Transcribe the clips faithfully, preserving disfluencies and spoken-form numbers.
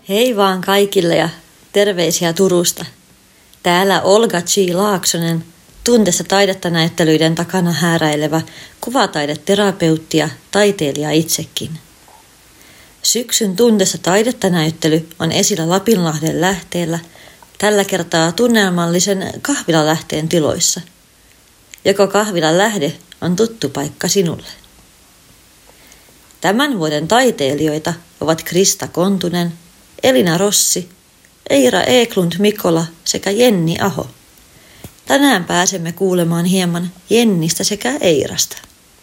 Hei vaan kaikille ja terveisiä Turusta. Täällä Olga G. Laaksonen, tunteessa taidetta näyttelyiden takana hääräilevä kuvataideterapeutti ja taiteilija itsekin. Syksyn tunteessa taidetta näyttely on esillä Lapinlahden lähteellä, tällä kertaa tunnelmallisen kahvilalähteen tiloissa. Joko kahvilan lähde on tuttu paikka sinulle? Tämän vuoden taiteilijoita ovat Krista Kontunen, Elina Rossi, Eira Eklund Mikola sekä Jenni Aho. Tänään pääsemme kuulemaan hieman Jennistä sekä Eirasta.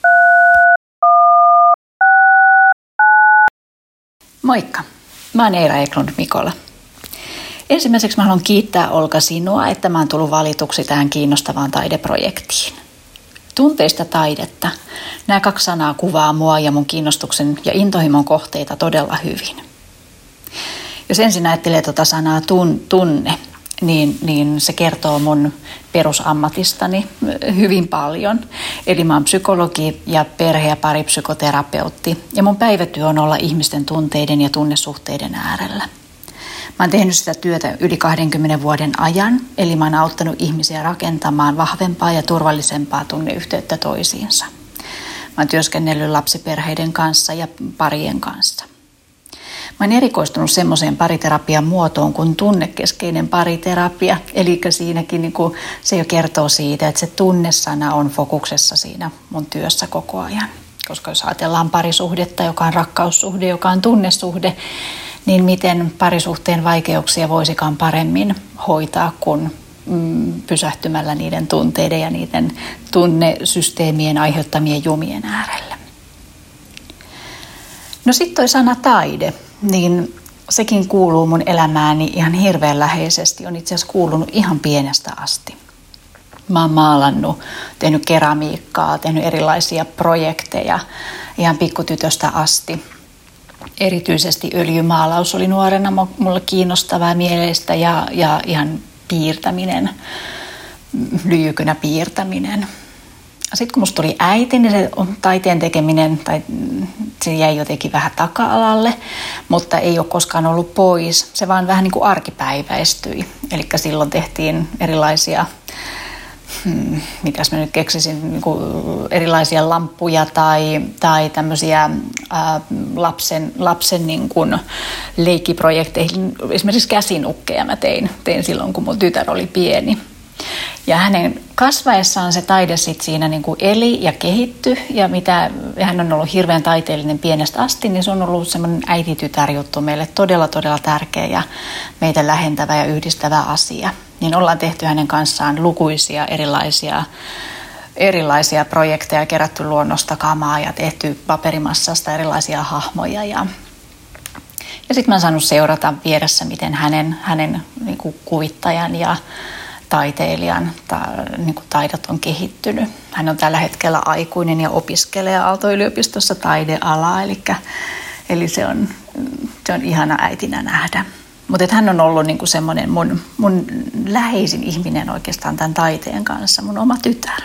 Moikka, mä oon Eira Eklund Mikola. Ensimmäiseksi mä haluan kiittää Olga sinua, että mä oon tullut valituksi tähän kiinnostavaan taideprojektiin. Tunteista taidetta. Nämä kaksi sanaa kuvaa mua ja mun kiinnostuksen ja intohimon kohteita todella hyvin. Jos ensin ajattelee tuota sanaa tun, tunne, niin, niin se kertoo mun perusammatistani hyvin paljon. Eli mä oon psykologi ja perhe- ja paripsykoterapeutti. Ja mun päivätyö on olla ihmisten tunteiden ja tunnesuhteiden äärellä. Mä oon tehnyt sitä työtä yli kahdenkymmenen vuoden ajan, eli mä oon auttanut ihmisiä rakentamaan vahvempaa ja turvallisempaa tunneyhteyttä toisiinsa. Mä oon työskennellyt lapsiperheiden kanssa ja parien kanssa. Mä oon erikoistunut semmoiseen pariterapian muotoon kuin tunnekeskeinen pariterapia, eli siinäkin niin kuin se jo kertoo siitä, että se tunnesana on fokuksessa siinä mun työssä koko ajan. Koska jos ajatellaan parisuhdetta, joka on rakkaussuhde, joka on tunnesuhde, niin miten parisuhteen vaikeuksia voisikaan paremmin hoitaa kuin mm, pysähtymällä niiden tunteiden ja niiden tunnesysteemien aiheuttamien jumien äärellä. No sitten toi sana taide, niin sekin kuuluu mun elämääni ihan hirveän läheisesti. On itse asiassa kuulunut ihan pienestä asti. Mä oon maalannut, tehnyt keramiikkaa, tehnyt erilaisia projekteja ihan pikkutytöstä asti. Erityisesti öljymaalaus oli nuorena mulle kiinnostavaa mielestä ja, ja ihan piirtäminen, lyijykynä piirtäminen. Sitten kun musta tuli äiti, niin se taiteen tekeminen, tai se jäi jotenkin vähän taka-alalle, mutta ei ole koskaan ollut pois. Se vaan vähän niin kuin arkipäiväistyi. Eli silloin tehtiin erilaisia, hmm, mitäs mä nyt keksisin, niin kuin erilaisia lamppuja tai, tai tämmöisiä ää, lapsen, lapsen niin kuin leikkiprojekteihin. Esimerkiksi käsinukkeja mä tein, tein silloin, kun mun tytär oli pieni. Ja hänen kasvaessaan se taide sit siinä niin kuin eli ja kehittyi, ja mitä hän on ollut hirveän taiteellinen pienestä asti, niin se on ollut semmoinen äiti-tytär-juttu meille todella, todella tärkeä ja meitä lähentävä ja yhdistävä asia. Niin ollaan tehty hänen kanssaan lukuisia erilaisia, erilaisia projekteja, kerätty luonnosta kamaa ja tehty paperimassasta erilaisia hahmoja. Ja, ja sitten mä oon saanut seurata vieressä, miten hänen, hänen niin kuin kuvittajan ja taiteilijan ta, niin kuin taidot on kehittynyt. Hän on tällä hetkellä aikuinen ja opiskelee Aalto-yliopistossa taidealaa, eli, eli se, on, se on ihana äitinä nähdä. Mutta hän on ollut niin kuin semmoinen mun, mun läheisin ihminen oikeastaan tämän taiteen kanssa, mun oma tytär.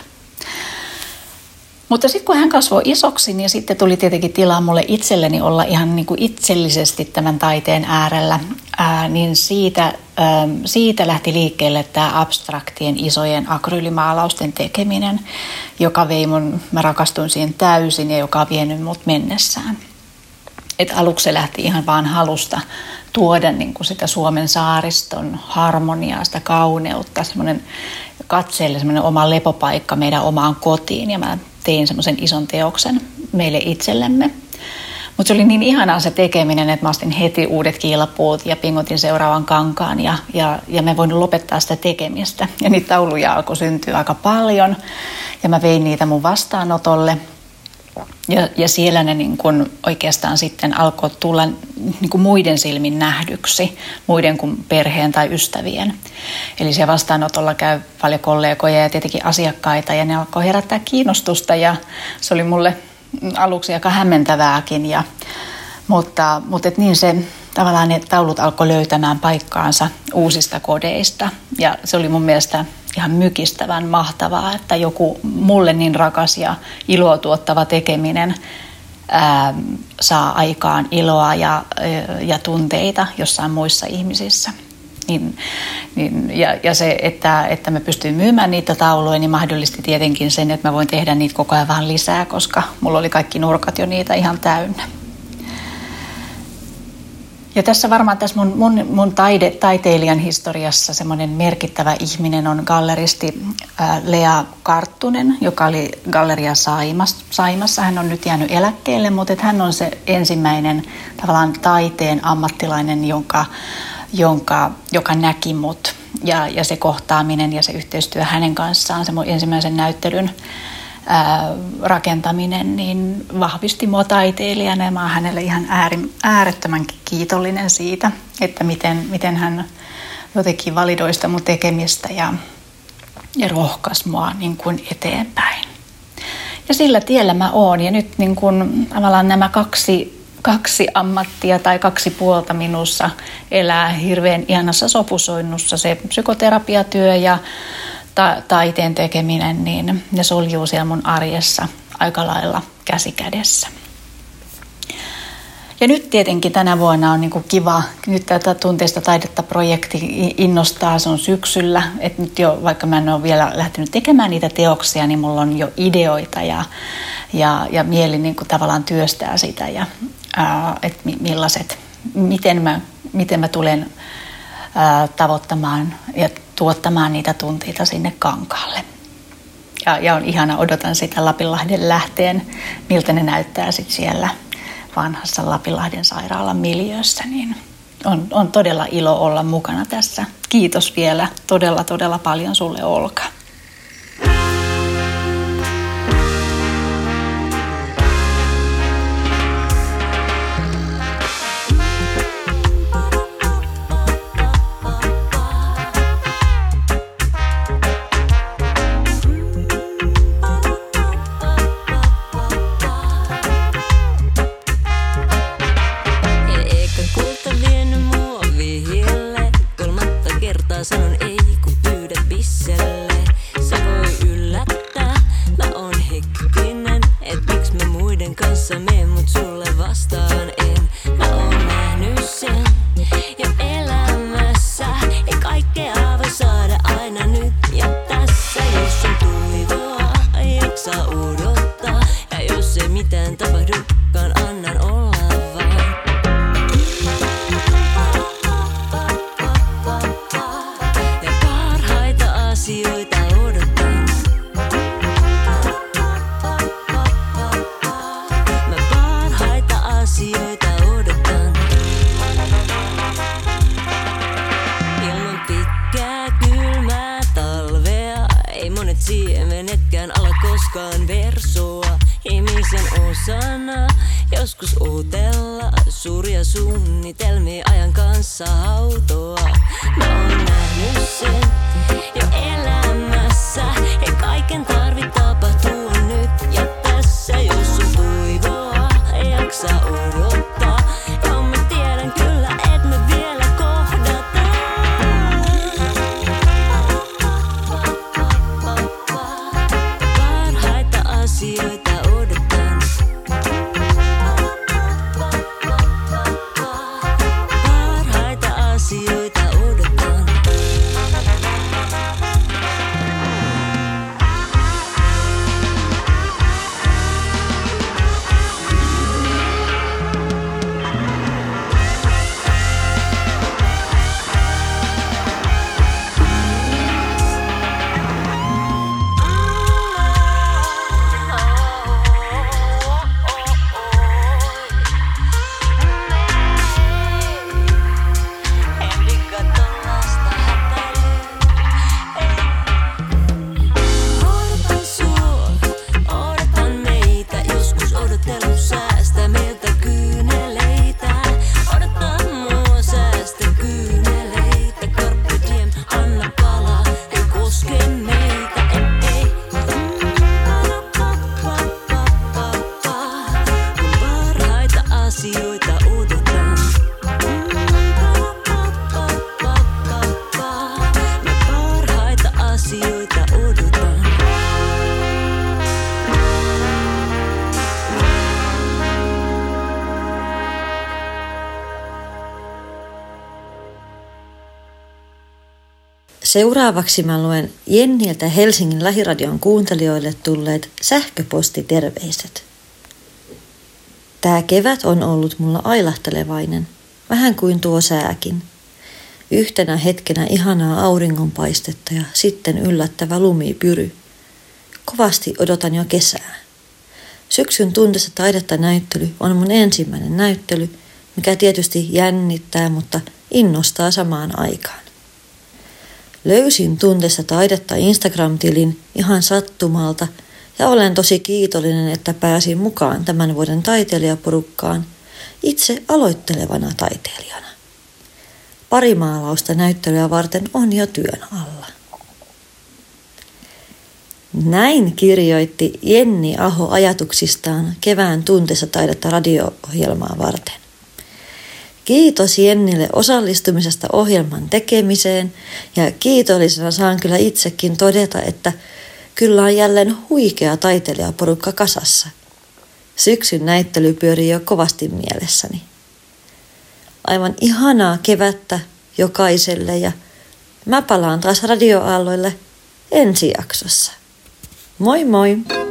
Mutta sitten kun hän kasvoi isoksi, niin sitten tuli tietenkin tilaa mulle itselleni olla ihan niin kuin itsellisesti tämän taiteen äärellä. Ää, niin siitä, ää, siitä lähti liikkeelle tämä abstraktien isojen akryylimaalausten tekeminen, joka vei mun, mä rakastuin siihen täysin ja joka on vienyt mut mennessään. Et aluksi se lähti ihan vaan halusta tuoda niin kuin sitä Suomen saariston harmoniaa, sitä kauneutta, semmoinen katseelle semmoinen oma lepopaikka meidän omaan kotiin, ja mä tein semmoisen ison teoksen meille itsellemme. Mutta se oli niin ihanaa se tekeminen, että mä ostin heti uudet kiilapuut ja pingotin seuraavan kankaan, ja, ja, ja mä voin lopettaa sitä tekemistä. Ja niitä tauluja alkoi syntyä aika paljon, ja mä vein niitä mun vastaanotolle. Ja, ja siellä ne niin kun oikeastaan sitten alkoi tulla niin kun muiden silmin nähdyksi, muiden kuin perheen tai ystävien. Eli siellä vastaanotolla käy paljon kollegoja ja tietenkin asiakkaita, ja ne alkoi herättää kiinnostusta, ja se oli mulle aluksi aika hämmentävääkin. Ja, mutta mutta et niin se, tavallaan ne taulut alkoi löytämään paikkaansa uusista kodeista, ja se oli mun mielestä ihan mykistävän mahtavaa, että joku mulle niin rakas ja iloa tuottava tekeminen ää, saa aikaan iloa ja, ja tunteita jossain muissa ihmisissä. Niin, niin, ja, ja se, että, että mä pystyin myymään niitä tauluja, niin mahdollisti tietenkin sen, että mä voin tehdä niitä koko ajan vähän lisää, koska mulla oli kaikki nurkat jo niitä ihan täynnä. Ja tässä varmaan tässä mun, mun, mun taide, taiteilijan historiassa semmoinen merkittävä ihminen on galleristi ää, Lea Karttunen, joka oli Galleria Saimas, Saimassa. Hän on nyt jäänyt eläkkeelle, mutta hän on se ensimmäinen tavallaan taiteen ammattilainen, jonka, jonka, joka näki mut. Ja, ja se kohtaaminen ja se yhteistyö hänen kanssaan, se mun ensimmäisen näyttelyn ää, rakentaminen, niin vahvisti mua taiteilijana ja mä oon hänelle ihan äärin, äärettömän kiitollinen siitä, että miten, miten hän jotenkin validoi sitä mun tekemistä ja, ja rohkaisi mua niin kuin eteenpäin. Ja sillä tiellä mä oon ja nyt niin kuin tavallaan nämä kaksi Kaksi ammattia tai kaksi puolta minussa elää hirveän ihanassa sopusoinnussa. Se psykoterapiatyö ja ta- taiteen tekeminen, niin ne soljuu siellä mun arjessa aika lailla käsi kädessä. Ja nyt tietenkin tänä vuonna on niinku kiva, nyt tätä Tunteista taidetta -projekti innostaa, se on syksyllä. Et nyt jo, vaikka mä en ole vielä lähtenyt tekemään niitä teoksia, niin mulla on jo ideoita ja, ja, ja mieli niinku tavallaan työstää sitä ja että millaiset, miten mä, miten mä tulen ää, tavoittamaan ja tuottamaan niitä tunteita sinne kankaalle. Ja, ja on ihana, odotan sitä Lapinlahden lähteen, miltä ne näyttää sit siellä vanhassa Lapinlahden sairaalan miljöössä. Niin on, on todella ilo olla mukana tässä. Kiitos vielä todella, todella paljon sulle, Olka. Sanon ei, kun pyydät bisselle. Se voi yllättää, mä oon hektinen. Et miksi mä muiden kanssa meen, mut sulle vastaan en. Mä oon nähnyt sen jo elämässä. Ei kaikkea voi saada aina nyt ja tässä. Jos on toivoa, jaksaa odottaa. Ja jos ei mitään tapahdukaan, annan olla vaan. Asioita odotan. Mä parhaita asioita odotan. Ilman pitkää kylmää talvea ei monet siemenetkään ala koskaan versoa. Ihmisen osana joskus uutella suuria suunnitelmia ajan kanssa hautoa. Mä oon nähnyt sen jo elämässä. Ei kaiken tarvi tapahtua nyt ja tässä. Jos on toivoa, jaksaa odottaa. Ja mä tiedän kyllä, et me vielä kohdataan. Parhaita asioita odotan. Parhaita asioita odotan. Seuraavaksi mä luen Jenniltä Helsingin lähiradion kuuntelijoille tulleet sähköpostiterveiset. Tää kevät on ollut mulla ailahtelevainen, vähän kuin tuo sääkin. Yhtenä hetkenä ihanaa auringonpaistetta ja sitten yllättävä lumipyry. Kovasti odotan jo kesää. Syksyn Tuntessa taidetta näyttely on mun ensimmäinen näyttely, mikä tietysti jännittää, mutta innostaa samaan aikaan. Löysin Tuntessa taidetta Instagram-tilin ihan sattumalta ja olen tosi kiitollinen, että pääsin mukaan tämän vuoden taiteilijaporukkaan itse aloittelevana taiteilijana. Pari maalausta näyttelyä varten on jo työn alla. Näin kirjoitti Jenni Aho ajatuksistaan kevään Tuntessa taidetta radio-ohjelmaa varten. Kiitos Jennille osallistumisesta ohjelman tekemiseen ja kiitollisena saan kyllä itsekin todeta, että kyllä on jälleen huikea taiteilijaporukka kasassa. Syksyn näyttely pyörii jo kovasti mielessäni. Aivan ihanaa kevättä jokaiselle ja mä palaan taas radioaalloille ensi jaksossa. Moi moi!